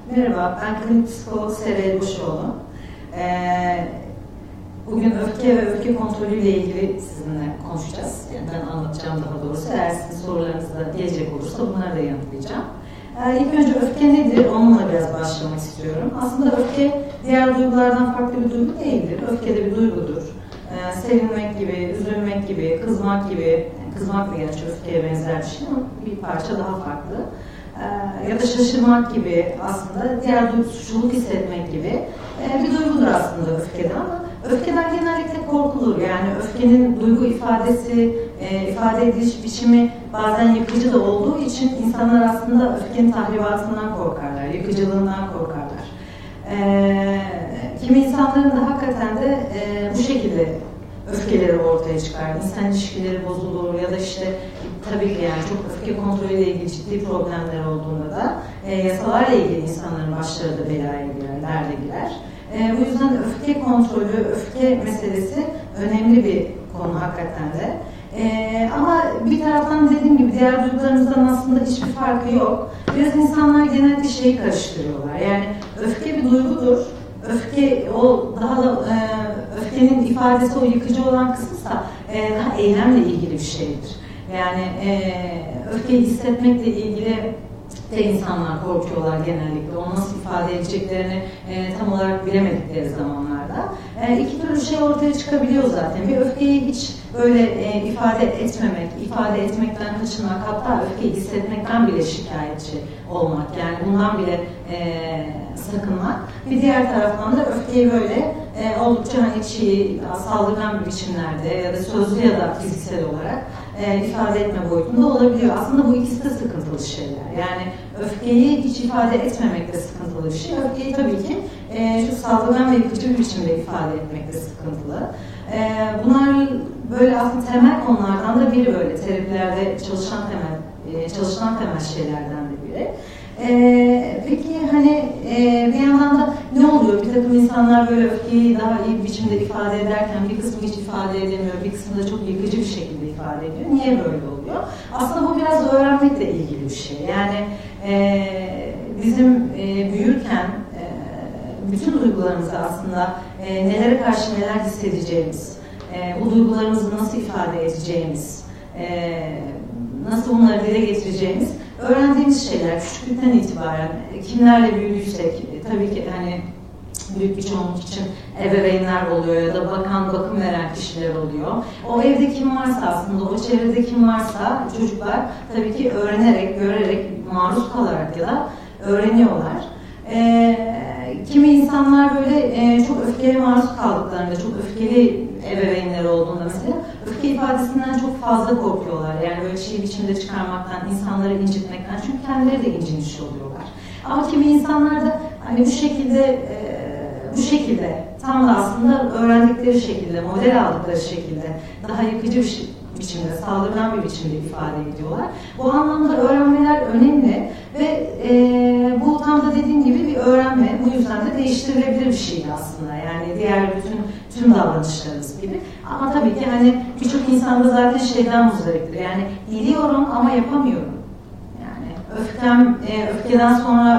Merhaba, ben klinik psikolog Seray Boşoğlu. Bugün öfke ve öfke kontrolü ile ilgili sizinle konuşacağız. Yani ben anlatacağım daha doğrusu. Eğer sizin sorularınız da gelecek olursa bunları da yanıtlayacağım. İlk önce öfke nedir? Onunla biraz başlamak istiyorum. Aslında öfke diğer duygulardan farklı bir duygu değildir. Öfke de bir duygudur. Sevinmek gibi, üzülmek gibi, kızmak gibi, kızmak da gerçi öfkeye benzer bir şey ama bir parça daha farklı. Ya da şaşırmak gibi aslında diğer suçluluk hissetmek gibi bir duygudur aslında öfkeden ama öfkeden genellikle korkulur. Yani öfkenin duygu ifadesi, ifade ediliş biçimi bazen yıkıcı da olduğu için insanlar aslında öfkenin tahribatından korkarlar, yıkıcılığından korkarlar. Kimi insanların da hakikaten de bu şekilde öfkeleri ortaya çıkar, insan ilişkileri bozulur ya da işte tabii ki yani çok öfke kontrolüyle ilgili ciddi problemler olduğunda da yasalarla ilgili insanların başları da belaya girer, derde girer. Bu yüzden öfke kontrolü, öfke meselesi önemli bir konu hakikaten de. Ama bir taraftan dediğim gibi diğer duygularımızdan aslında hiçbir farkı yok. Biraz insanlar genellikle şeyi karıştırıyorlar. Yani öfke bir duygudur. Öfke o daha da öfkenin ifadesi o yıkıcı olan kısmıysa daha eylemle ilgili bir şeydir. Yani öfkeyi hissetmekle ilgili de insanlar korkuyorlar genellikle. Onu nasıl ifade edeceklerini tam olarak bilemedikleri zamanlarda. İki türlü şey ortaya çıkabiliyor zaten. Bir öfkeyi hiç böyle ifade etmemek, ifade etmekten kaçınmak, hatta öfkeyi hissetmekten bile şikayetçi olmak. Yani bundan bile sakınmak. Bir diğer taraftan da öfkeyi böyle oldukça hani çiğ, saldırgan bir biçimlerde ya da sözlü ya da fiziksel olarak ifade etme boyutunda olabiliyor. Aslında bu ikisi de sıkıntılı şeyler. Yani öfkeyi hiç ifade etmemek de sıkıntılı bir şey. Öfkeyi tabii ki şu saldırgan ve yıkıcı bir biçimde ifade etmek de sıkıntılı. Bunlar böyle aslında temel konulardan da biri böyle. Terapilerde çalışılan temel şeylerden de biri. Peki hani bir yandan da ne oluyor? Bir takım insanlar böyle öfkeyi daha iyi bir biçimde ifade ederken bir kısmı hiç ifade edemiyor, bir kısmı da çok yıkıcı bir şekilde ifade ediyor. Niye böyle oluyor? Aslında bu biraz öğrenmekle ilgili bir şey. Yani bizim büyürken bütün duygularımızı aslında nelere karşı neler hissedeceğimiz, bu duygularımızı nasıl ifade edeceğimiz, nasıl bunları dile getireceğimiz öğrendiğimiz şeyler küçüklükten itibaren kimlerle büyüdüysek tabii ki hani büyük bir çoğunluk için ebeveynler oluyor ya da bakım veren kişiler oluyor. O evde kim varsa aslında o çevrede kim varsa çocuklar tabii ki öğrenerek, görerek, maruz kalarak ya da öğreniyorlar. Kimi insanlar böyle çok öfkeye maruz kaldıklarında, çok öfkeli ebeveynler olduğunda mesela öfke ifadesinden çok fazla korkuyorlar. Yani böyle çiğ biçimde çıkarmaktan, insanları incitmekten çünkü kendileri de incinmiş oluyorlar. Ama kimi insanlar da hani bu şekilde tam da aslında öğrendikleri şekilde, model aldıkları şekilde daha yıkıcı bir biçimde, saldırgan bir biçimde ifade ediyorlar. Bu anlamda öğrenmeler önemli ve bu tam da dediğim gibi bir öğrenme. Bu yüzden de değiştirilebilir bir şey aslında. Yani diğer tüm davranışlarımız gibi. Ama tabii ki hani birçok insan da zaten şeyden muzdariptir. Yani biliyorum ama yapamıyorum. Yani öfkelendikten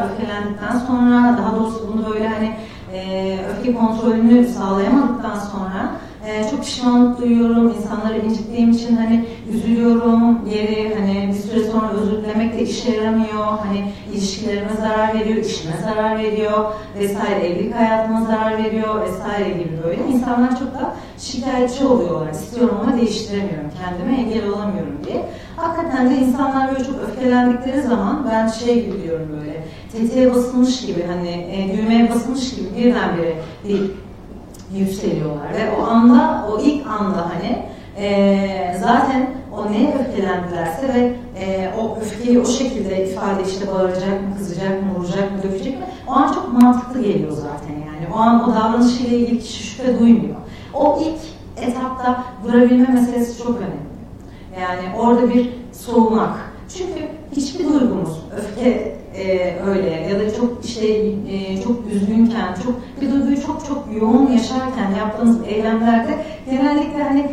sonra daha doğrusu bunu böyle hani öfke kontrolünü sağlayamadıktan sonra çok pişmanlık duyuyorum, insanları incittiğim için hani üzülüyorum, hani bir süre sonra özür dilemek de işe yaramıyor, hani ilişkilerime zarar veriyor, işime zarar veriyor vesaire, evlilik hayatıma zarar veriyor vesaire gibi böyle. İnsanlar çok da şikayetçi oluyorlar, istiyorum ama değiştiremiyorum, kendime engel olamıyorum diye. Hakikaten de insanlar böyle çok öfkelendikleri zaman ben gibi diyorum böyle, tetiğe basılmış gibi hani düğmeye basılmış gibi birdenbire yükseliyorlar ve o ilk anda hani zaten o neye öfkelendilerse ve o öfkeyi o şekilde ifade işte bağıracak mı, kızacak mı, vuracak mı, dökecek mi? O an çok mantıklı geliyor zaten yani. O an o davranışıyla ilgili kişi şüphe duymuyor. O ilk etapta durabilme meselesi çok önemli. Yani orada bir soğumak. Çünkü hiçbir duygumuz öfke öyle ya da çok çok üzgünken, bir duyguyu çok yoğun yaşarken yaptığımız eylemlerde genellikle hani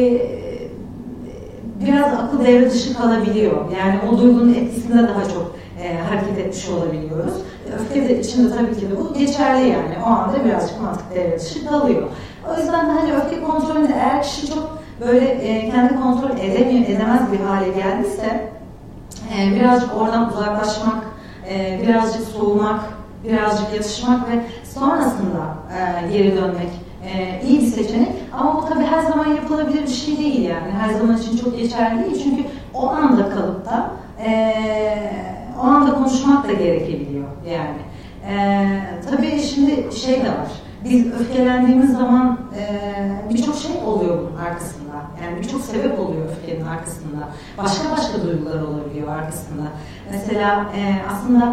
biraz akıl devre dışı kalabiliyor. Yani o duygunun etkisinde daha çok hareket etmiş olabiliyoruz. Öfke de içinde tabii ki de bu geçerli yani. O anda birazcık mantık devre dışı kalıyor. O yüzden de hani öfke kontrolünde eğer kişi çok böyle kendi kontrol edemez bir hale geldiyse birazcık oradan uzaklaşmak, birazcık soğumak, birazcık yatışmak ve sonrasında geri dönmek iyi bir seçenek. Ama bu tabii her zaman yapılabilir bir şey değil yani. Her zaman için çok geçerli değil. Çünkü o anda kalıp da o anda konuşmak da gerekebiliyor yani. Tabii şimdi şey de var. Biz öfkelendiğimiz zaman birçok şey oluyor bunun arkasında. Yani birçok sebep oluyor öfkenin arkasında. Başka duygular olabiliyor arkasında. Mesela aslında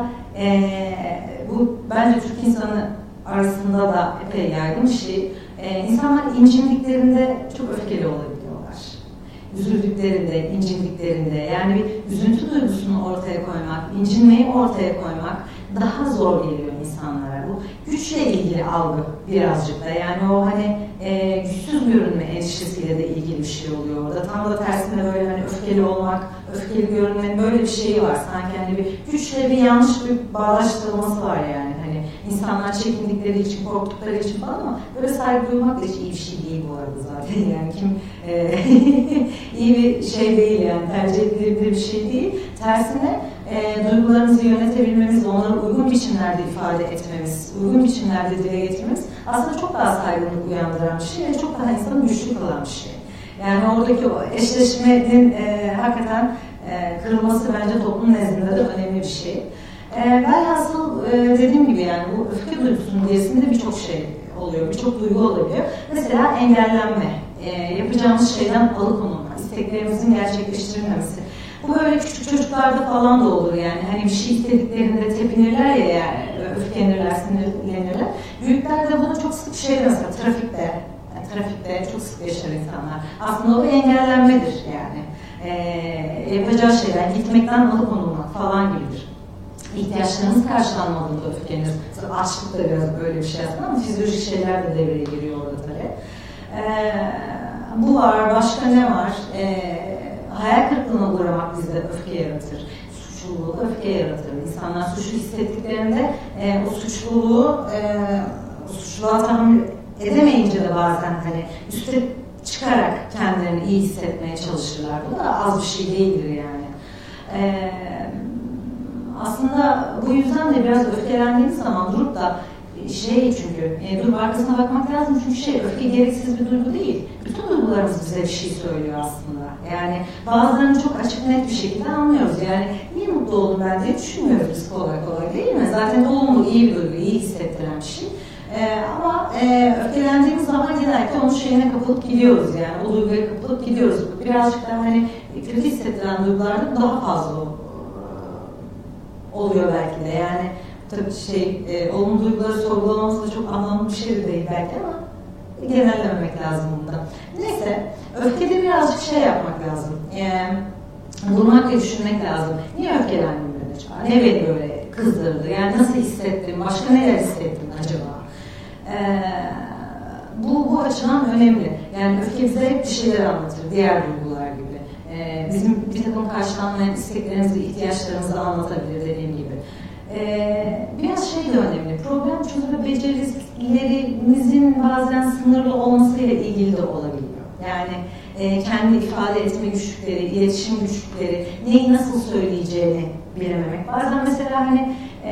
bu bence Türk insanı arasında da epey yaygın bir şey. İnsanlar incindiklerinde çok öfkeli olabiliyorlar. Üzüldüklerinde, incindiklerinde, yani bir üzüntü duygusunu ortaya koymak, incinmeyi ortaya koymak daha zor geliyor insanlara. Bu güçle ilgili algı birazcık da. Yani o hani güçsüz görünme endişesiyle de ilgili bir şey oluyor orada. Tam da tersine böyle hani öfkeli olmak, öfkeli görünmenin böyle bir şeyi var. Sanki hani bir güçle bir yanlış bir bağdaştırılması var yani. Hani insanlar çekindikleri için, korktukları için falan ama böyle saygı duymak da hiç iyi bir şey değil bu arada zaten. Yani kim iyi bir şey değil yani, tercih edilebilir bir şey değil. Tersine duygularımızı yönetebilmemiz, onları uygun biçimlerde ifade etmemiz, uygun biçimlerde dile getirmemiz aslında çok daha saygınlık uyandıran bir şey ve çok daha insanı güçlü kılan bir şey. Yani oradaki o eşleşmenin hakikaten kırılması bence toplum nezdinde de önemli bir şey. Velhasıl dediğim gibi yani bu öfke duygusunun gerisinde birçok şey oluyor, birçok duygu olabiliyor. Mesela engellenme, yapacağımız şeyden alıkonulma, isteklerimizin gerçekleştirilmemesi. Bu böyle küçük çocuklarda falan da olur yani. Hani bir şey istediklerinde tepinirler ya yani, öfkelenirler, sinirlenirler. Büyükler de bunu çok sık bir şey mesela trafikte çok sık yaşar insanlar. Aslında o engellenmedir yani. Yapacağı şeyler, gitmekten alıkonulmak falan gibidir. İhtiyaçlarımız karşılanmadığında öfkelenir. Açlık da biraz böyle bir şey aslında ama fizyolojik şeyler de devreye giriyor orada tabii. Bu var, başka ne var? Hayal kırıklığına uğramak bizde öfke yaratır. Suçluluk öfke yaratır. İnsanlar suçlu hissettiklerinde o suçluluğa tahammül edemeyince de bazen hani üste çıkarak kendilerini iyi hissetmeye çalışırlar. Bu da az bir şey değildir yani. Aslında bu yüzden de biraz öfkelendiğimiz zaman durup da çünkü durup arkasına bakmak lazım çünkü öfke gereksiz bir duygu değil. Bütün duygularımız bize bir şey söylüyor aslında. Yani bazılarını çok açık net bir şekilde anlıyoruz. Yani niye mutlu oldum ben diye düşünmüyoruz biz kolay kolay değil mi? Zaten olumlu, iyi bir duygu, iyi hissettiren bir şey. Ama öfkelendiğimiz zaman genellikle onun şeyine kapılıp gidiyoruz yani. O duyguya kapılıp gidiyoruz. Birazcık daha hani kötü hissettiren duygularda daha fazla oluyor belki de yani. Tabii olumlu duyguları sorgulaması da çok anlamlı bir şey de değil belki ama genellememek lazım bunda. Neyse, öfkede birazcık yapmak lazım. Durmak ve düşünmek lazım. Niye öfkelendim böyle acaba? Ne beni böyle kızdırdı? Yani nasıl hissettim? Başka neler hissettim acaba? Bu açıdan önemli. Yani öfke bize hep bir şeyler anlatır. Diğer duygular gibi. Bizim bir takım karşılanmayan isteklerimizi, ihtiyaçlarımızı anlatabilir dediğim gibi. Biraz de önemli. Problem çözme becerilerimizin bazen sınırlı olmasıyla ilgili de olabiliyor. Yani kendi ifade etme güçlükleri, iletişim güçlükleri, neyi nasıl söyleyeceğini bilememek. Bazen mesela hani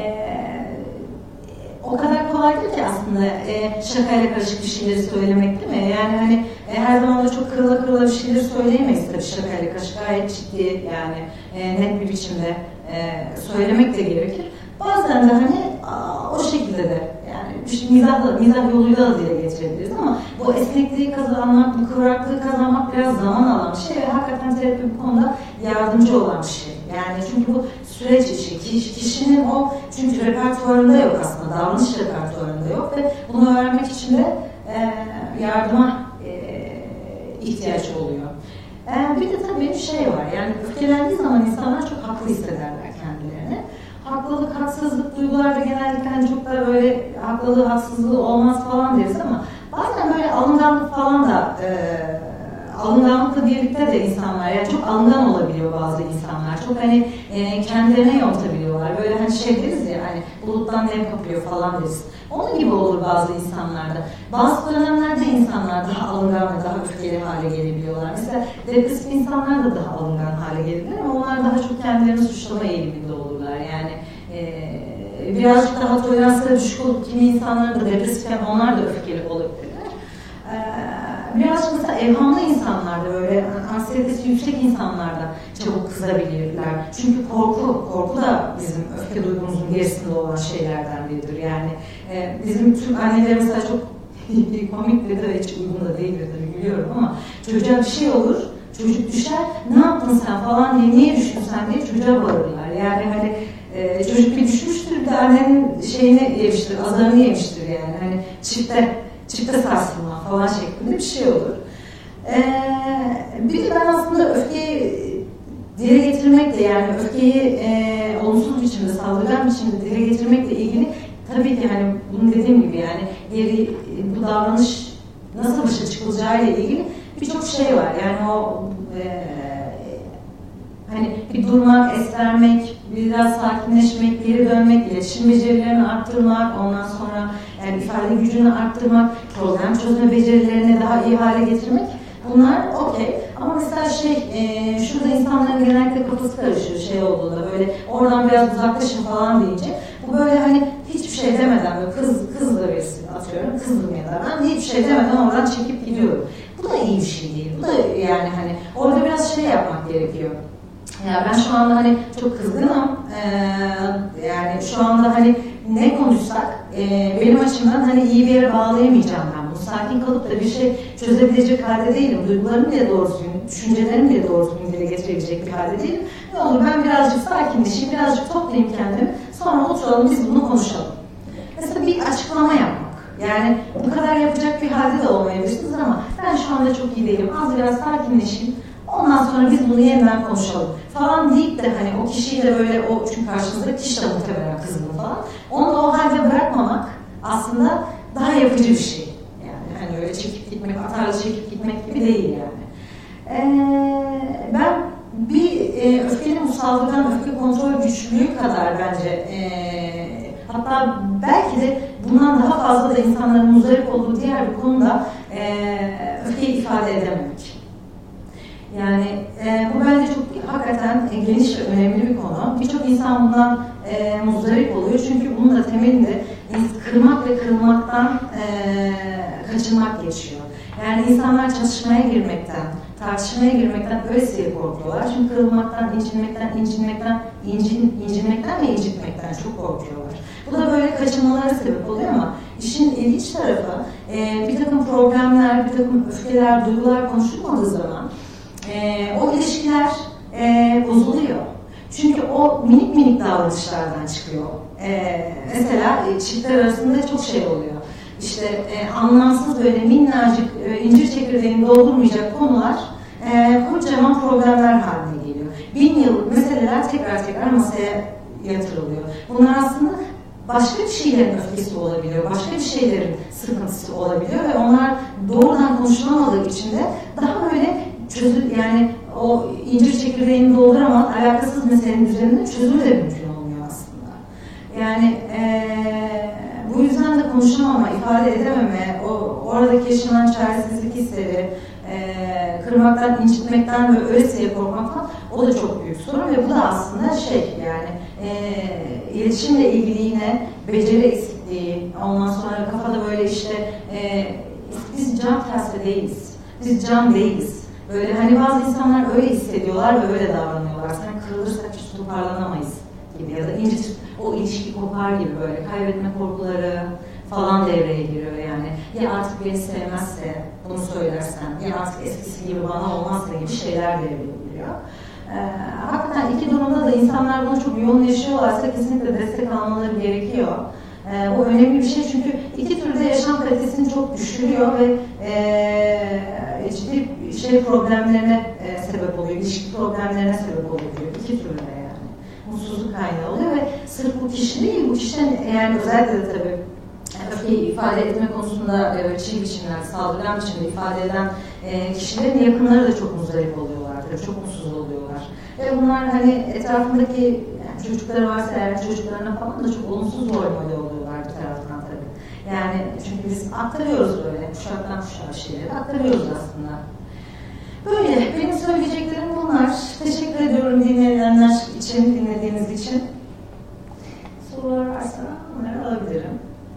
o kadar kolay değil ki aslında şakayla karışık bir şeyleri söylemek değil mi? Yani hani her zaman da çok kırıla bir şeyleri söyleyemeyiz tabii şakayla karışık. Gayet ciddi yani net bir biçimde söylemek de gerekir. Bazen de hani o şekilde de yani mizah yoluyla da dile getirebiliriz ama bu esnekliği kazanmak, bu kıvraklığı kazanmak biraz zaman alan bir şey ve hakikaten terapi bu konuda yardımcı olan bir şey. Yani çünkü bu süreç işi, kişinin o çünkü repertuarında yok aslında, davranış repertuarında yok ve bunu öğrenmek için de yardıma ihtiyaç oluyor. Bir de tabii bir var, yani öfkelendiği zaman insanlar çok haklı hissederler kendilerini. Haklılık, haksızlık duygularda genellikle hani çok da böyle haklılığı, haksızlığı olmaz falan deriz ama bazen böyle alınganlık falan da alınganlıkla birlikte de insanlar, yani çok alıngan olabiliyor bazı insanlar. Çok hani kendilerine yontabiliyorlar. Böyle hani şey deriz ya, hani buluttan nem kapıyor falan deriz. Onun gibi olur bazı insanlarda. Bazı dönemlerde insanlar daha alıngan ve daha öfkeli hale gelebiliyorlar. Mesela depresif insanlar da daha alıngan hale gelebilir ama onlar daha çok kendilerini suçlama eğiliminde olurlar. Yani birazcık daha toleransları düşük olup kimi insanlar da depresifken onlar da öfkeli olabilirler. Birazcık mesela evhamlı insanlarda, böyle anksiyetesi yüksek insanlarda çabuk kızabilirler. Çünkü korku da bizim öfke duygumuzun gerisinde olan şeylerden biridir. Yani bizim Türk anneler mesela çok komiktir de hiç uygun da değildir tabii, gülüyorum ama çocuğa bir şey olur, çocuk düşer, ne yaptın sen falan diye, niye düştün sen diye çocuğa bağırırlar. Yani hani çocuk bir düşmüştür, bir de annenin şeyini yemiştir, azarını yemiştir yani. Hani çifte sarsılma falan şeklinde bir şey olur. Bir de ben aslında öfkeyi dile getirmekle, yani öfkeyi olumsuz biçimde, saldırgan biçimde dile getirmekle ilgili tabii ki hani bunu dediğim gibi yani bu davranış nasıl başa çıkılacağıyla ilgili birçok şey var. Yani o hani bir durmak, esnermek, biraz sakinleşmek, geri dönmek, iletişim becerilerini arttırmak, ondan sonra yani ifade gücünü arttırmak, problem çözme becerilerini daha iyi hale getirmek, bunlar okey. Ama mesela şurada insanların genellikle kafası karışıyor şey olduğunda, böyle oradan biraz uzaklaşın falan deyince, bu böyle hani hiçbir şey demeden, böyle kız da birisi atıyorum, kızdım ya da ben hiçbir şey demeden oradan çekip gidiyorum. Bu da iyi bir şey değil. Bu da yani hani orada biraz yapmak gerekiyor. Ya ben şu anda hani çok kızgınım. Yani şu anda hani ne konuşsak benim açımdan hani iyi bir yere bağlayamayacağım ben bunu. Sakin kalıp da bir şey çözebilecek halde değilim. Duygularımı bile doğru düzgün, düşüncelerimi bile doğru düzgün dile getirebilecek bir halde değilim. Ne olur ben birazcık sakinleşeyim, birazcık toplayayım kendimi. Sonra oturalım, biz bunu konuşalım. Mesela bir açıklama yapmak. Yani bu kadar yapacak bir halde de olmayabilirsiniz ama ben şu anda çok iyi değilim. Az biraz sakinleşeyim. Ondan sonra biz bunu yeniden konuşalım falan deyip de hani o kişiyi de böyle, o çünkü karşınızdaki kişi de muhtemelen kızgın falan, onu da o halde bırakmamak aslında daha yapıcı bir şey. Yani hani öyle çekip gitmek, atarlı çekip gitmek gibi değil yani. Ben bir öfkenin saldırgan öfke kontrol güçlüğü kadar bence hatta belki de bundan daha fazla da insanların muzdarip olduğu diğer bir konuda öfkeyi ifade edememek. Yani bu bence çok hakikaten geniş ve önemli bir konu. Birçok insan bundan muzdarip oluyor. Çünkü bunun da temelinde kırmak ve kırılmaktan kaçınmak geçiyor. Yani insanlar çatışmaya girmekten, tartışmaya girmekten öylesiye korkuyorlar. Çünkü kırılmaktan, incinmekten ve incitmekten çok korkuyorlar. Bu da böyle kaçınmalara sebep oluyor ama işin ilginç tarafı bir takım problemler, bir takım öfkeler, duygular konuşulmadığı zaman o ilişkiler bozuluyor. Çünkü o minik davranışlardan çıkıyor. Mesela çiftler arasında çok şey oluyor. İşte anlamsız böyle minnacık incir çekirdeğini doldurmayacak konular kocaman problemler haline geliyor. 1000 yıllık meseleler tekrar masaya yatırılıyor. Bunlar aslında başka bir şeylerin öfkesi olabiliyor, başka bir şeylerin sıkıntısı olabiliyor ve onlar doğrudan konuşulamadığı için de daha böyle yani o incir çekirdeğini dolduramaz, alakasız meselenin üzerinde çözümü de mümkün olmuyor aslında. Yani bu yüzden de konuşamama, ifade edememe, oradaki yaşanan çaresizlik hisleri, kırmaktan, incitmekten ve öylesiye korkmaktan, o da çok büyük sorun ve bu da aslında yani iletişimle ilgili yine beceri eksikliği, ondan sonra kafada böyle biz cam kase değiliz, biz cam değiliz. Böyle hani bazı insanlar öyle hissediyorlar ve öyle davranıyorlar. Sen kırılırsak hiç toparlanamayız gibi ya da o ilişki kopar gibi, böyle kaybetme korkuları falan devreye giriyor yani. Ya artık beni sevmezse bunu söylersen, ya artık eskisi gibi bana olmazsa gibi şeyler devreye giriyor. Hakikaten iki durumda da insanlar bunu çok yoğun yaşıyorlarsa kesinlikle destek almaları gerekiyor. Bu önemli bir şey çünkü iki türlü yaşam kalitesini çok düşürüyor ve ciddi problemlerine sebep oluyor, ilişki problemlerine sebep oluyor iki türlü de yani. Mutsuzluk kaynağı oluyor ve sırf bu kişi değil, bu kişinin yani özellikle de tabii öfkeyi ifade etme konusunda çiğ biçimler, saldırgan biçimde ifade eden kişilerin yakınları da çok muzdarip oluyorlardır, çok mutsuz oluyorlar. Ve bunlar hani etrafındaki yani çocukları varsa eğer çocuklarına falan da çok olumsuz rol model oluyorlar bir taraftan tabii. Yani çünkü biz aktarıyoruz böyle kuşaktan kuşağa şeyleri aktarıyoruz aslında. Böyle benim söyleyeceklerim bunlar. Teşekkür ediyorum dinleyenler için, dinlediğiniz için. Sorular varsa onları alabilirim.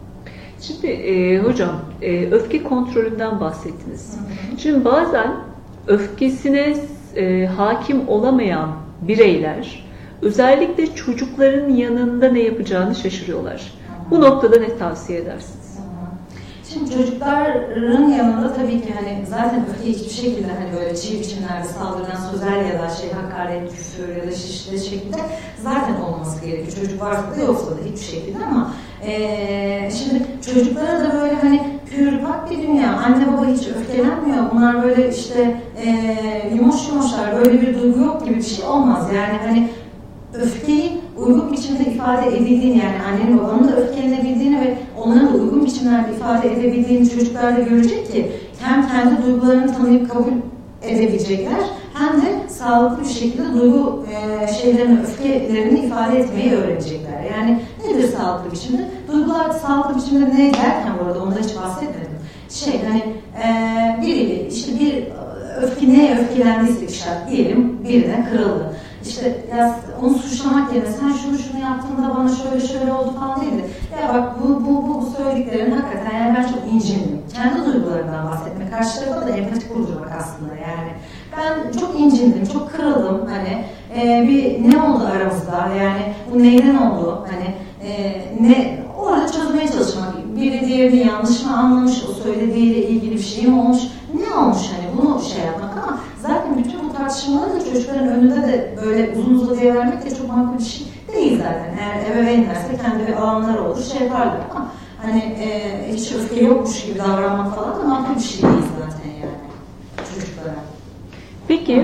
Şimdi hocam öfke kontrolünden bahsettiniz. Şimdi bazen öfkesine hakim olamayan bireyler özellikle çocukların yanında ne yapacağını şaşırıyorlar. Bu noktada ne tavsiye edersiniz? Şimdi çocukların yanında tabii ki hani zaten öfke hiçbir şekilde hani böyle çiğ biçimlerde saldırgan sözel ya da hakaret, küfür ya da şiddet şeklinde zaten olmaması gerekiyor. Çocuk varsa da yoksa da hiçbir şekilde ama şimdi çocuklara da böyle hani pür pak bir dünya. Anne baba hiç öfkelenmiyor. Bunlar böyle işte yumuş yumuşlar. Böyle bir duygu yok gibi bir şey olmaz. Yani hani öfkeyi uygun biçimde ifade edildiğini yani annenin babanın da öfkelenebildiğini ve onların da uygun biçimlerde ifade edebildiğini çocuklar da görecek ki hem kendi duygularını tanıyıp kabul edebilecekler hem de sağlıklı bir şekilde duygu şeylerini, öfkelerini ifade etmeyi öğrenecekler. Yani nedir sağlıklı biçimde? Duygular sağlıklı biçimde ne derken bu arada ondan hiç bahsetmedim. Hani biriyle işte bir neye öfkelendiyse işte diyelim birine kırıldı. İşte ya onu suçlamak yerine sen şunu yaptığında bana şöyle oldu falan değildi. Ya bak bu söylediklerin hakikaten yani ben çok incindim. Kendi duygularından bahsetmek, karşı tarafa da empati kurdurmak aslında yani. Ben çok incindim, çok kırıldım hani bir ne oldu aramızda yani bu neyden oldu hani ne orada çözmeye çalışmak. Biri diğerini yanlış mı anlamış, o söylediğiyle ilgili bir şey mi olmuş, ne olmuş hani bunu yapmak ama zaten bütün bu tartışmaları da çocukların önünde de böyle uzun uzadıya vermek de çok makul bir şey değil zaten. Eğer ebeveynlerse kendi bir alanları olur yaparlar ama hani hiç öfke yokmuş gibi davranmak falan da makul bir şey değil zaten yani çocuklara. Peki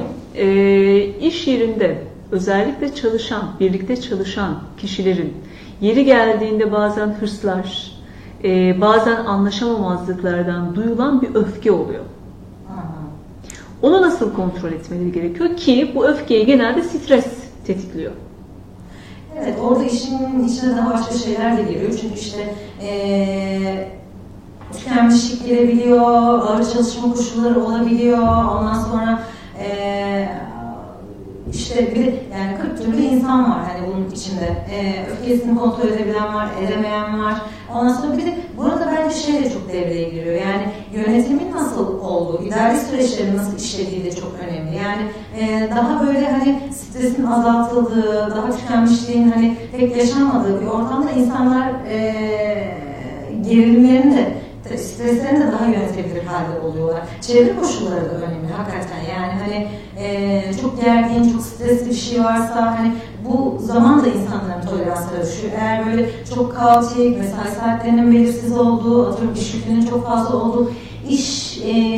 iş yerinde özellikle birlikte çalışan kişilerin yeri geldiğinde bazen hırslar, bazen anlaşamamazlıklardan duyulan bir öfke oluyor. Onu nasıl kontrol etmeleri gerekiyor ki bu öfkeyi genelde stres tetikliyor? Evet, orada işin içine daha başka şeyler de giriyor. Çünkü işte tükenmişlik girebiliyor, ağır çalışma koşulları olabiliyor. Ondan sonra işte bir yani 40 türlü insan var hani bunun içinde. Öfkesini kontrol edebilen var, edemeyen var. Ondan sonra bir de burada bence şey de çok devreye giriyor. Yani yönetimin nasıl olduğu, idari süreçlerin nasıl işlediği de çok önemli. Yani daha böyle hani stresin azaltıldığı, daha tükenmişliğin hani pek yaşanmadığı bir ortamda insanlar gerilimlerini de streslerini de daha yönetebilir halde oluyorlar. Çevre koşulları da önemli hakikaten. Yani hani çok gergin, çok stresli bir şey varsa hani bu zaman da insanların toleransları düşüyor. Eğer böyle çok kaotik, mesai saatlerinin belirsiz olduğu, atıyorum iş yükünün çok fazla olduğu, iş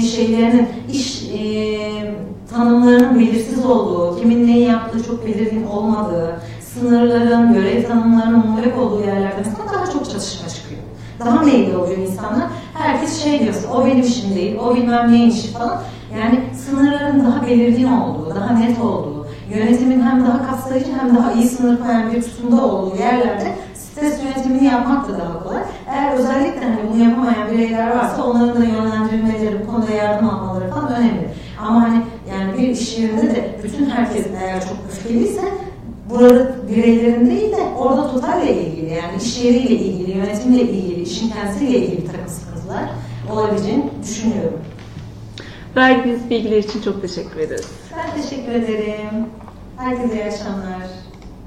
tanımlarının belirsiz olduğu, kimin neyi yaptığı çok belirgin olmadığı, sınırların, görev tanımlarının muğlak olduğu yerlerde mesela daha çok çatışma çıkıyor. Daha meyilli oluyor insanlar. Herkes diyorsa, o benim işim değil, o bilmem neyin işi falan. Yani sınırların daha belirgin olduğu, daha net olduğu, yönetimin hem daha kapsayıcı hem daha iyi sınır koyan bir tutumda olduğu yerlerde stres yönetimini yapmak da daha kolay. Eğer özellikle hani bunu yapamayan bireyler varsa onların da yönlendirilmeleri, bu konuda yardım almaları falan önemli. Ama hani yani bir iş yerinde de bütün herkes eğer çok öfkeliyse burada bireylerin değil de orada totalle ilgili yani iş yeriyle ilgili, yönetimle ilgili, işin kendisiyle ilgili bir takım sıkıntılar olabileceğini düşünüyorum. Verdiğiniz bilgiler için çok teşekkür ederiz. Ben teşekkür ederim. Herkese iyi akşamlar.